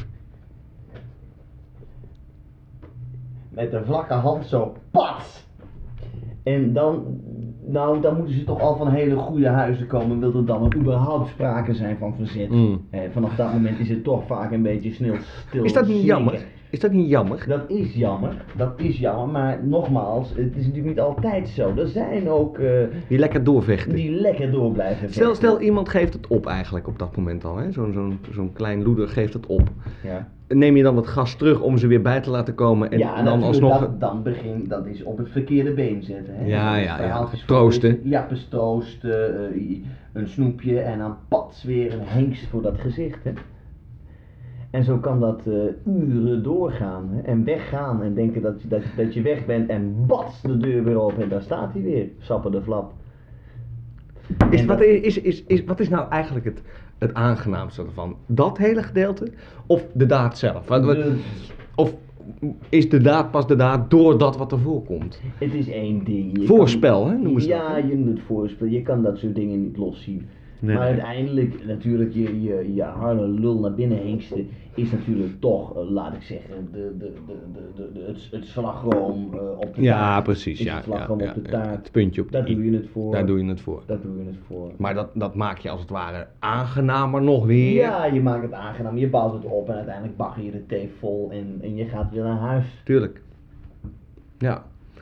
Met een vlakke hand zo, pats! En dan, nou, dan moeten ze toch al van hele goede huizen komen, wil er dan nog überhaupt sprake zijn van verzet. Mm. Eh, vanaf dat moment is het toch vaak een beetje snel stil. Is dat niet snikken. jammer? Is dat niet jammer? Dat is jammer, dat is jammer, maar nogmaals, het is natuurlijk niet altijd zo. Er zijn ook uh, Die lekker doorvechten. die lekker door blijven Stel, vechten. stel iemand geeft het op eigenlijk op dat moment al, hè? Zo'n zo'n zo'n klein loeder geeft het op. Ja. Neem je dan het gas terug om ze weer bij te laten komen en ja, dan natuurlijk, alsnog... dat, dan begin, dat is op het verkeerde been zetten. Hè? Ja, ja, ja. Verhaaltjes van- Troosten. Ja, dus troosten, uh, een snoepje en dan pats weer een hengst voor dat gezicht. Hè? En zo kan dat uh, uren doorgaan hè? En weggaan en denken dat, dat, dat je weg bent en bats de deur weer open en daar staat hij weer, sappen de flap. Is, En wat, dat- is, is, is, wat is nou eigenlijk het, het aangenaamste ervan? Dat hele gedeelte of de daad zelf? Wat, wat- De- of is de daad pas de daad door dat wat er voorkomt? Het is één ding. Je Voorspel, kan- hè, noemen ze Ja, dat, hè? je noemt het voorspel. Je kan dat soort dingen niet loszien. Nee. Maar uiteindelijk, natuurlijk, je, je, je harde lul naar binnen hengsten is natuurlijk toch, uh, laat ik zeggen, de, de, de, de, de, de- het, het slagroom uh, op de Ja, taart. precies. Is Ja, het ja, slagroom ja, op de ja. taart. Het puntje op de Daar i. doe je het voor. Daar doe je het voor. Daar doe je het voor. Maar dat, dat maak je als het ware aangenamer nog weer. Ja, je maakt het aangenaam, je bouwt het op en uiteindelijk bagger je de thee vol en, en je gaat weer naar huis. Tuurlijk. Ja.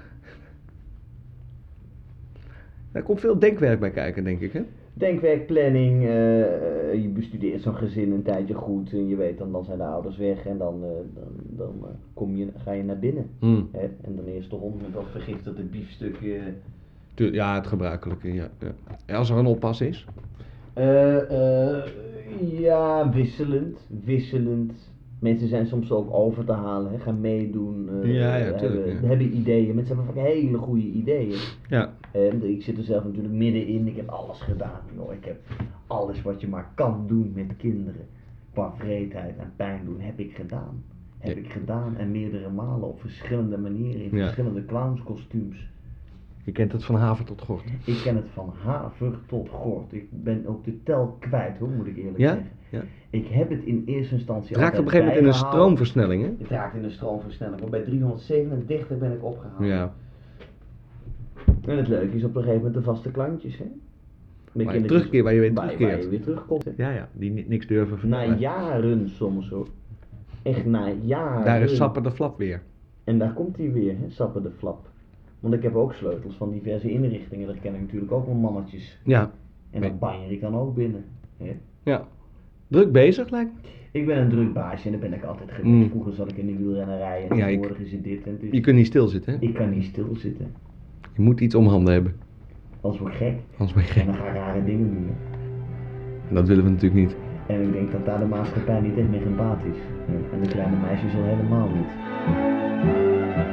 Daar komt veel denkwerk bij kijken, denk ik, hè? Denkwerkplanning, uh, je bestudeert zo'n gezin een tijdje goed en je weet dan, dan zijn de ouders weg en dan, uh, dan, dan uh, kom je, ga je naar binnen. Hmm. Hè? En dan eerst de hond met dat vergiftigde biefstukje. Tu- Ja, het gebruikelijke, ja, ja. En als er een oppas is? Uh, uh, ja, wisselend, wisselend. Mensen zijn soms ook over te halen, hè? Gaan meedoen, uh, Ja, ja, tuurlijk, hebben, ja. hebben ideeën. Mensen hebben vaak hele goede ideeën. Ja. En ik zit er zelf natuurlijk middenin, ik heb alles gedaan, joh. Ik heb alles wat je maar kan doen met kinderen. Qua vreedheid en pijn doen, heb ik gedaan. Heb Ja. ik gedaan en meerdere malen op verschillende manieren, in Ja. verschillende clownskostuums. Je kent het van haver tot gort. Ik ken het van haver tot gort. Ik ben ook de tel kwijt hoor, moet ik eerlijk Ja? zeggen. Ja. Ik heb het in eerste instantie Het raakt op een altijd gegeven moment in een bijgehouden. stroomversnelling, hè? Het raakt in een stroomversnelling, maar bij driehonderdzevenendertig ben ik opgehaald. Ja. En het leuke is op een gegeven moment de vaste klantjes, hè. Met Waar je kindertjes- terugkeert, waar je weer waar, terugkeert. Waar je weer terugkomt. Hè. Ja, ja. Die ni- niks durven Na vertellen. jaren soms hoor. Echt na jaren. Daar is Sapper de Flap weer. En daar komt hij weer, hè, Sapper de Flap. Want ik heb ook sleutels van diverse inrichtingen, daar ken ik natuurlijk ook wel mannetjes. Ja. En Nee. dan banjer ik dan ook binnen. Hè. Ja. Druk bezig, lijkt me. Ik ben een druk baasje en dat ben ik altijd geweest. Mm. Vroeger zat ik in de wielrennerij en Ja, ik- tegenwoordig is het dit en het is... Je kunt niet stilzitten, hè? Ik kan niet stilzitten. Je moet iets om handen hebben. Anders word ik gek. Anders ben je En gek. dan ga ik rare dingen doen. hè. Dat willen we natuurlijk niet. En ik denk dat daar de maatschappij niet echt mee gebaat is. Ja. En de kleine meisjes al helemaal niet.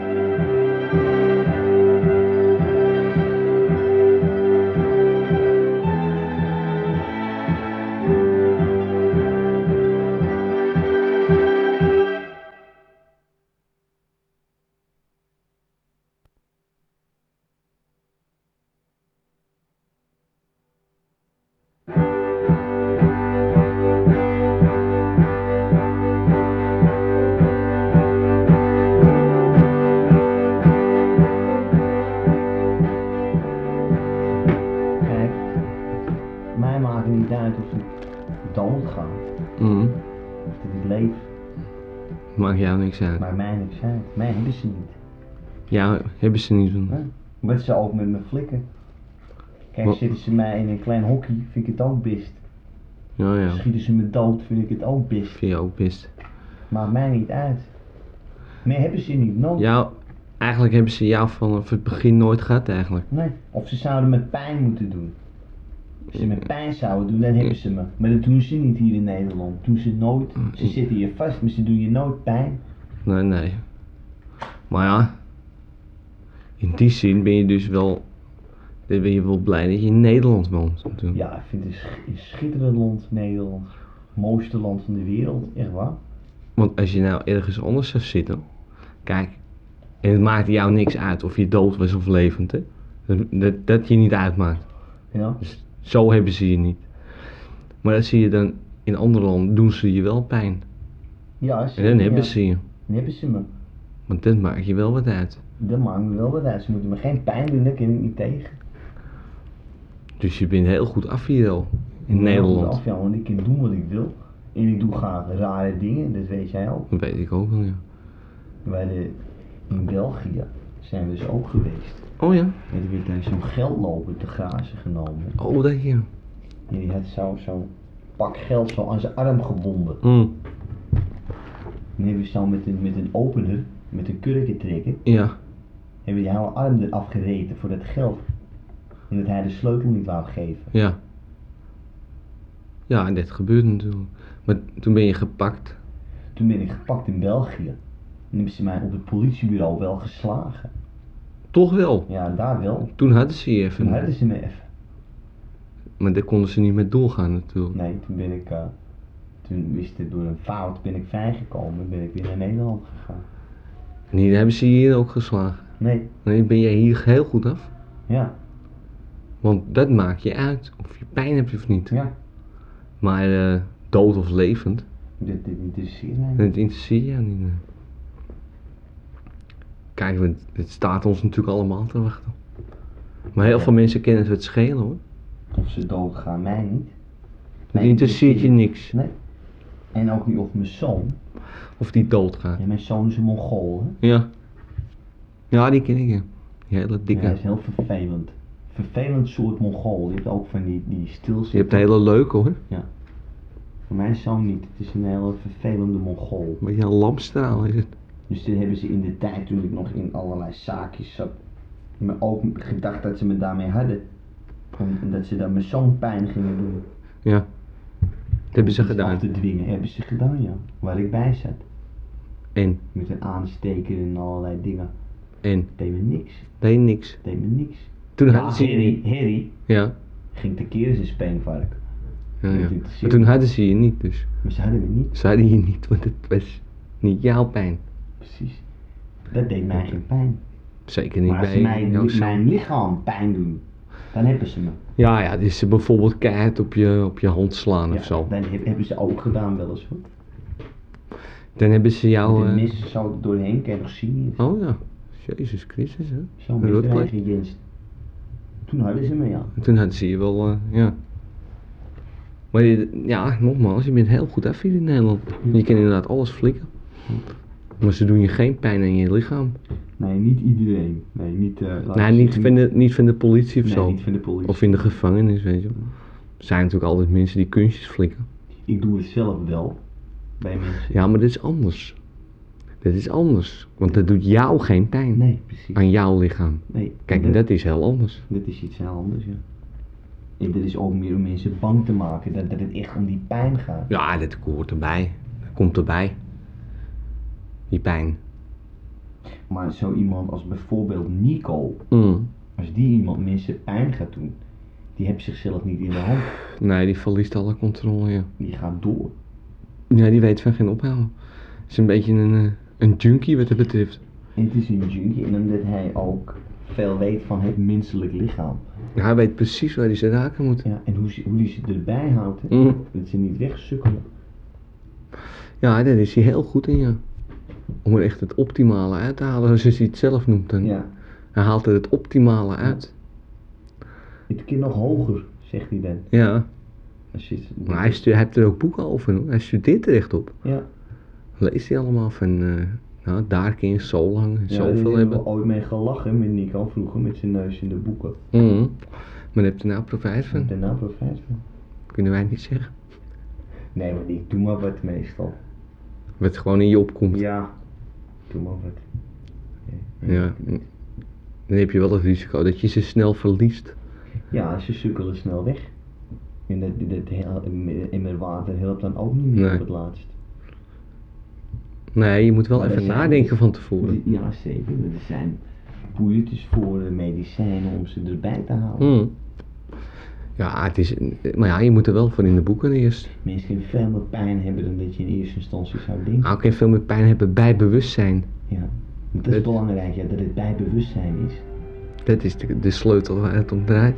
niks uit. Maar mij niks uit. Mij hebben ze niet. Ja, hebben ze niet van. Huh? Wat ze ook met me flikken. Kijk, Wat? zitten ze mij in een klein hockey, vind ik het ook best. Ja, ja. Schieten ze me dood, vind ik het ook best. Vind je ook best. Maakt mij niet uit. Meer hebben ze niet nodig. Ja, eigenlijk hebben ze jou vanaf het begin nooit gehad eigenlijk. Nee. Of ze zouden me pijn moeten doen. Als ze me pijn zouden doen, dan hebben ze me. Maar dat doen ze niet hier in Nederland. Doen ze nooit. Ze zitten hier vast, maar ze doen je nooit pijn. Nee, nee. Maar ja, in die zin ben je dus wel, dan ben je wel blij dat je in Nederland woont natuurlijk. Ja, ik vind het een sch- een schitterend land, Nederland. Het mooiste land van de wereld, echt waar. Want als je nou ergens anders zou zitten, kijk, en het maakt jou niks uit of je dood was of levend, hè. Dat, dat, dat je niet uitmaakt. Ja. Dus zo hebben ze je niet. Maar dat zie je dan in andere landen, doen ze je wel pijn. Ja, En dan hebben ja. ze je. Dan hebben ze me. Want dat maakt je wel wat uit. Dat maakt me wel wat uit. Ze moeten me geen pijn doen, daar kan ik niet tegen. Dus je bent heel goed af hier al, in Ja, Nederland. Af, ja, want ik kan doen wat ik wil. En ik doe graag rare dingen, dat weet jij ook. Dat weet ik ook wel, ja. Bij de, in België zijn we dus ook geweest. Oh ja? En er werd daar zo'n geldloper te grazen genomen. Oh, dat je. En die had zo- zo'n pak geld zo aan zijn arm gebonden. Mm. En hebben we zo met een, met een opener, met een kurken trekken, Ja. hebben we die hele arm eraf gereten voor dat geld. Omdat hij de sleutel niet wou geven. Ja. Ja, en dit gebeurt natuurlijk. Maar toen ben je gepakt. Toen ben ik gepakt in België. En hebben ze mij op het politiebureau wel geslagen. Toch wel. Ja, daar wel. Toen hadden ze je even. Toen hadden ze me even. Maar daar konden ze niet mee doorgaan natuurlijk. Nee, toen ben ik, uh, toen wist het door een fout ben ik vrijgekomen en ben ik weer naar Nederland gegaan. En hier hebben ze je hier ook geslagen. Nee, Nee, ben jij hier heel goed af. ja, Want dat maakt je uit. Of je pijn hebt of niet. ja. Maar eh, dood of levend, Dit, dit interesseert mij niet. dat interesseert jou niet. nee. Kijk, want het staat ons natuurlijk allemaal te wachten. Maar heel Ja. veel mensen kennen het wat schelen hoor. Of ze doodgaan, mij niet. Het Mij interesseert je niks. Nee. En ook niet of mijn zoon. Of die doodgaat. Ja, mijn zoon is een Mongool, hè. Ja. Ja, die ken ik ja. Die hele Ja, dikke. hij is heel vervelend. Vervelend soort Mongool. Je hebt ook van die, die stilzitten. Je hebt een hele leuke hoor. Ja. Voor mijn zoon niet. Het is een hele vervelende Mongool. Een beetje een lampstraal is het. Dus dit hebben ze in de tijd toen ik nog in allerlei zaakjes zat, me ook gedacht dat ze me daarmee hadden. En, en dat ze dan mijn zoon pijn gingen doen. Ja. Dat hebben ze Om iets gedaan. af te dwingen, hebben ze gedaan, ja. Waar ik bij zat. En, Met een aansteker en allerlei dingen. en, Deed me niks. deed niks. Deed me niks. Toen Ja, hadden ze je Harry, niet. Harry Ja. ging tekeer in zijn speenvark. Ja, Dat ja. interesseert Maar toen me. hadden ze je niet dus. Maar ze hadden me niet. Ze hadden je niet, want het was niet jouw pijn. Precies. Dat deed mij geen pijn. Zeker niet Maar als bij ze mij, jouw zoon. mijn lichaam pijn doen, dan hebben ze me. Ja, ja, dus ze bijvoorbeeld keihard op je, op je hand slaan Ja, of zo. dan heb- hebben ze ook gedaan wel eens hoor. Dan hebben ze jou... de eh, mis zo er doorheen, kan je nog zien. Oh ja, Jezus Christus hè. Zo'n Een rotplek. misdrijf Jens. Toen hadden ze me, ja. En toen hadden ze je wel, eh, ja. Maar je- ja, nogmaals, je bent heel goed af hier in Nederland. Je kan inderdaad alles flikken. Maar ze doen je geen pijn aan je lichaam. Nee, niet iedereen. Nee, niet... eh laat Nee, ik niet zeggen, van de, niet van de politie of nee, zo. niet van de politie. Of in de gevangenis, weet je wel. Er zijn natuurlijk altijd mensen die kunstjes flikken. Ik doe het zelf wel. Bij mensen. Ja, maar dit is anders. Dit is anders. Want dat doet jou geen pijn. Nee, precies. Aan jouw lichaam. Nee. Kijk, en dat is heel anders. Dat is iets heel anders, ja. En dat is ook meer om mensen bang te maken. Dat, dat het echt om die pijn gaat. Ja, dat hoort erbij. Dat komt erbij. Die pijn. Maar zo iemand als bijvoorbeeld Nico. Mm. Als die iemand mensen pijn gaat doen. Die heeft zichzelf niet in de hand. Nee, die verliest alle controle, ja. Die gaat door. Ja, die weet van geen ophouden. Is een beetje een, eh, een junkie wat dat betreft. En het is een junkie en omdat hij ook veel weet van het menselijk lichaam. Ja, hij weet precies waar hij ze raken moet. Ja, en hoe, ze, hoe hij ze erbij houdt. Hè? Mm. Dat ze niet wegsukkelen. Ja, daar is hij heel goed in, ja. Om er echt het optimale uit te halen, zoals hij het zelf noemt dan. Ja. Hij haalt er het optimale uit. Het kind nog hoger, zegt hij dan. Ja. Als je, Maar hij, stu- hij heeft er ook boeken over, hoor. Hij studeert er echt op. ja. leest hij allemaal van, uh, nou, daar kun je zo lang, Ja, zoveel daar hebben. hebben we ooit mee gelachen met Nico vroeger, met zijn neus in de boeken. Mm. Maar heb je er nou profijt van? Heb je er nou profijt van? Kunnen wij niet zeggen. Nee, maar ik doe maar wat meestal. Wat gewoon in je opkomt. Ja, doe maar wat. Ja, ja. Dan heb je wel het risico dat je ze snel verliest. Ja, ze sukkelen snel weg. En dat, dat heel, in het water helpt dan ook niet meer Nee. op het laatst. Nee, je moet wel Maar er even zijn nadenken dus- van tevoren. Ja, zeker. Er zijn poeiertjes voor de medicijnen om ze erbij te halen. Hmm. Ja, het is, maar ja, je moet er wel van in de boeken eerst. Mensen kunnen veel meer pijn hebben dan dat je in eerste instantie zou denken. Nou, kan je veel meer pijn hebben bij bewustzijn. Ja. Dat is Het- belangrijk, ja, dat het bij bewustzijn is. Dat is de, de sleutel waar het om draait.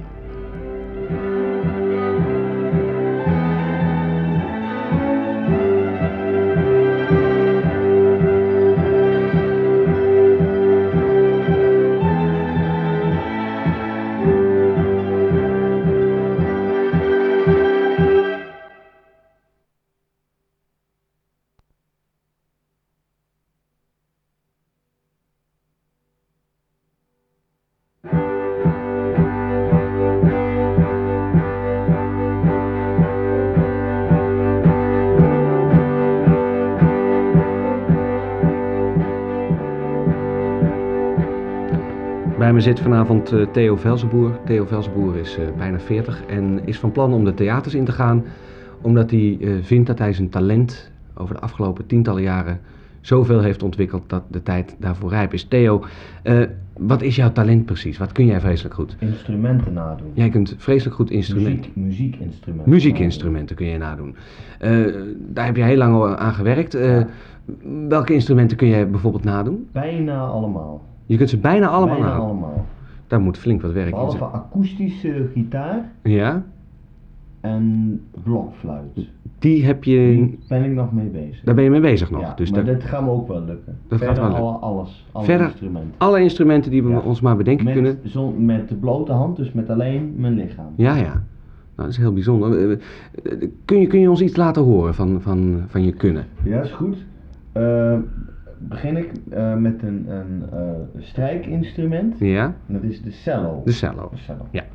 Bij me zit vanavond uh, Theo Velzenboer. Theo Velzenboer is uh, bijna veertig en is van plan om de theaters in te gaan, omdat hij uh, vindt dat hij zijn talent over de afgelopen tientallen jaren zoveel heeft ontwikkeld dat de tijd daarvoor rijp is. Theo, uh, wat is jouw talent precies? Wat kun jij vreselijk goed? Instrumenten nadoen. Jij kunt vreselijk goed instrumenten. Muziek, muziekinstrumenten. Muziekinstrumenten kun je nadoen. Uh, daar heb je heel lang aan gewerkt. Uh, ja. Welke instrumenten kun jij bijvoorbeeld nadoen? Bijna allemaal. Je kunt ze bijna allemaal Bijna nadoen. allemaal. Daar moet flink wat werk in Behalve zijn. akoestische gitaar Ja? en blokfluit. Die heb je... Die ben ik nog mee bezig. Daar ben je mee bezig nog. Ja, dus maar daar... dat gaat me ook wel lukken. Dat Verder gaat wel alle, alles, alle Verder instrumenten. alle instrumenten die we Ja. ons maar bedenken met, kunnen. Zon, met de blote hand, dus met alleen mijn lichaam. Ja, ja. Nou, dat is heel bijzonder. Uh, Kun je, kun je ons iets laten horen van, van, van je kunnen? Ja, is goed. Uh, begin ik uh, met een, een uh, strijkinstrument. Ja? En dat is de cello. De cello. De cello. Ja.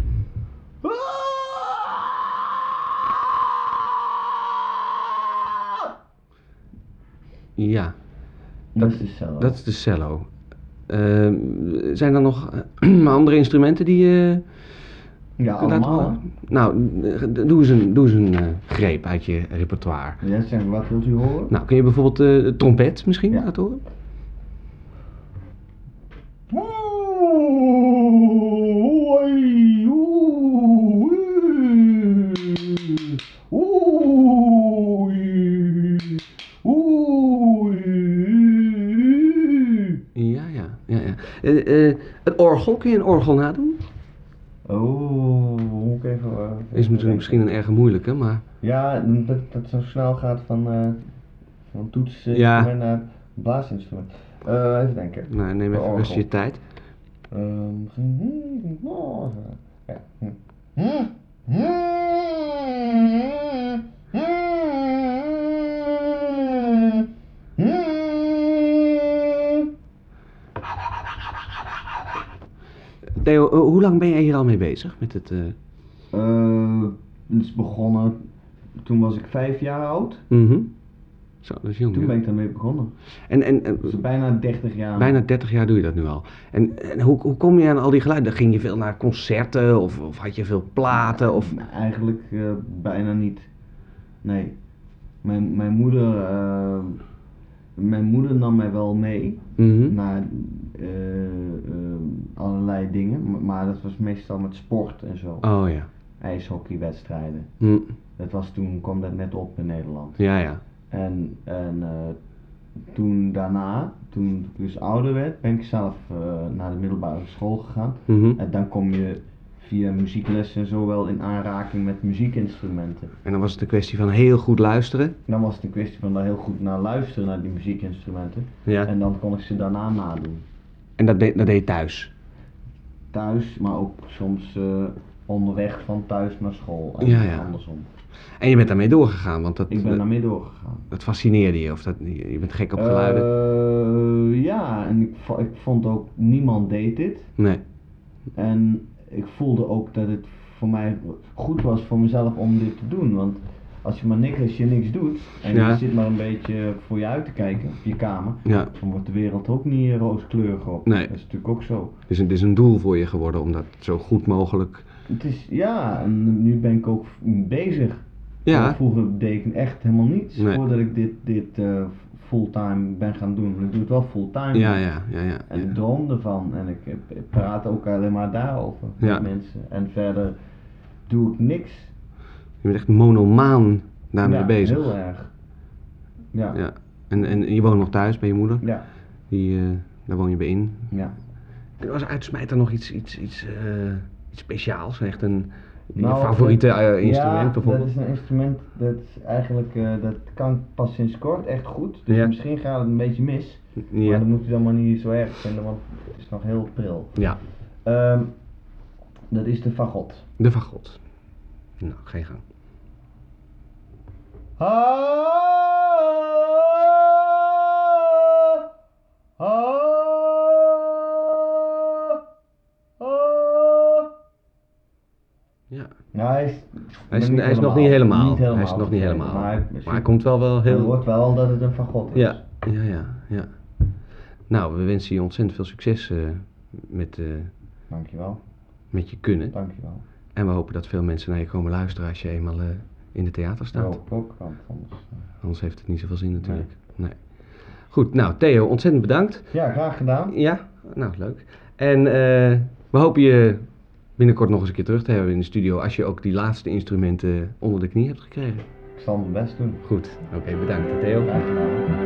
Ja. Dat is de cello. Dat is de cello. Uh, zijn er nog uh, andere instrumenten die je uh, ja, kunt laten allemaal. horen? Nou, doe eens een, doe eens een uh, greep uit je repertoire. Ja, zeg, wat wilt u horen? Nou, kun je bijvoorbeeld uh, de trompet misschien ja. laten horen? Ja, ja, ja, ja. Uh, uh, het orgel, kun je een orgel nadoen? Oh, moet ik even... Uh, is misschien, misschien een erg moeilijke, maar... Ja, dat dat zo snel gaat van, uh, van toetsinstrument ja. naar blaasinstrument. Uh, even denken. Nou, neem even rustig je tijd. Um, ja. Theo, uh, hoe lang ben jij hier al mee bezig met het... Uh... Uh, het is begonnen, toen was ik vijf jaar oud. Mm-hmm. Zo, dat is jong. Toen ja. ben ik daarmee begonnen. En, en, en, dus bijna dertig jaar. Bijna dertig jaar doe je dat nu al. En, en hoe, hoe kom je aan al die geluiden? Ging je veel naar concerten of, of had je veel platen? Of... Eigenlijk uh, bijna niet. Nee. Mijn, mijn moeder... Uh, Mijn moeder nam mij wel mee mm-hmm. naar uh, uh, allerlei dingen, maar dat was meestal met sport en zo. Oh ja. IJshockeywedstrijden. Mm. Dat was toen, kwam dat net op in Nederland. Ja, ja. En, en uh, toen daarna, toen ik dus ouder werd, ben ik zelf uh, naar de middelbare school gegaan. Mm-hmm. En dan kom je via muzieklessen en zo wel in aanraking met muziekinstrumenten. En dan was het een kwestie van heel goed luisteren? Dan was het een kwestie van daar heel goed naar luisteren, naar die muziekinstrumenten. Ja. En dan kon ik ze daarna nadoen. En dat deed, dat deed je thuis? Thuis, maar ook soms uh, onderweg van thuis naar school en Ja, ja. andersom. En je bent daarmee doorgegaan, want dat, Ik ben daarmee doorgegaan. dat fascineerde je, of dat, je je bent gek op geluiden? Eh, ja, en ik, vo- ik vond ook, niemand deed dit. Nee. En ik voelde ook dat het voor mij goed was voor mezelf om dit te doen. Want als je maar niks, als je niks doet en Ja. je zit maar een beetje voor je uit te kijken op je kamer, Ja. dan wordt de wereld ook niet rooskleurig op. Nee. Dat is natuurlijk ook zo. Het is, een, het is een doel voor je geworden om dat zo goed mogelijk... Het is, ja, en nu ben ik ook bezig. Ja. Vroeger deed ik echt helemaal niets Nee. voordat ik dit, dit eh, fulltime ben gaan doen. Ik doe het wel fulltime. Ja, ja, ja, ja. En ja. ik droom ervan en ik, ik, ik praat ook alleen maar daarover Ja. met mensen. En verder doe ik niks. Je bent echt monomaan daarmee Ja, bezig. heel erg. Ja, ja, Ja. En, en je woont nog thuis bij je moeder? ja. Die, eh, daar woon je bij in. ja. Kunnen we eens uitsmijten nog iets, iets, iets, eh, iets speciaals? Echt een je Nou, favoriete dat- eh, instrument ja, bijvoorbeeld? dat is een instrument dat is eigenlijk, eh, dat kan pas sinds kort echt goed. Dus Ja. misschien gaat het een beetje mis. Maar Ja. dan moet u dan maar niet zo erg vinden, want het is nog heel pril. Ja, Ehm, dat is de fagot. de fagot. Nou, ga je gang. Ja. Nou, hij is, Hij is, niet hij is nog niet helemaal. Niet helemaal Hij is nog niet gegeven, helemaal. Maar Maar hij, hij komt wel wel Het heel... wordt wel dat het een fagot is. Ja, ja, ja, ja. Nou, we wensen je ontzettend veel succes eh, met, eh, Dankjewel, met je kunnen. dankjewel. En we hopen dat veel mensen naar je komen luisteren als je eenmaal eh, in de theater staat. Ook, ook, want anders. eh. Anders heeft het niet zoveel zin natuurlijk. Nee. Goed, nou Theo, ontzettend bedankt. Ja, graag gedaan. Ja, nou leuk. En eh, we hopen je binnenkort nog eens een keer terug te hebben in de studio als je ook die laatste instrumenten onder de knie hebt gekregen. Ik zal mijn best doen. Goed, oké, bedankt Theo. Graag gedaan.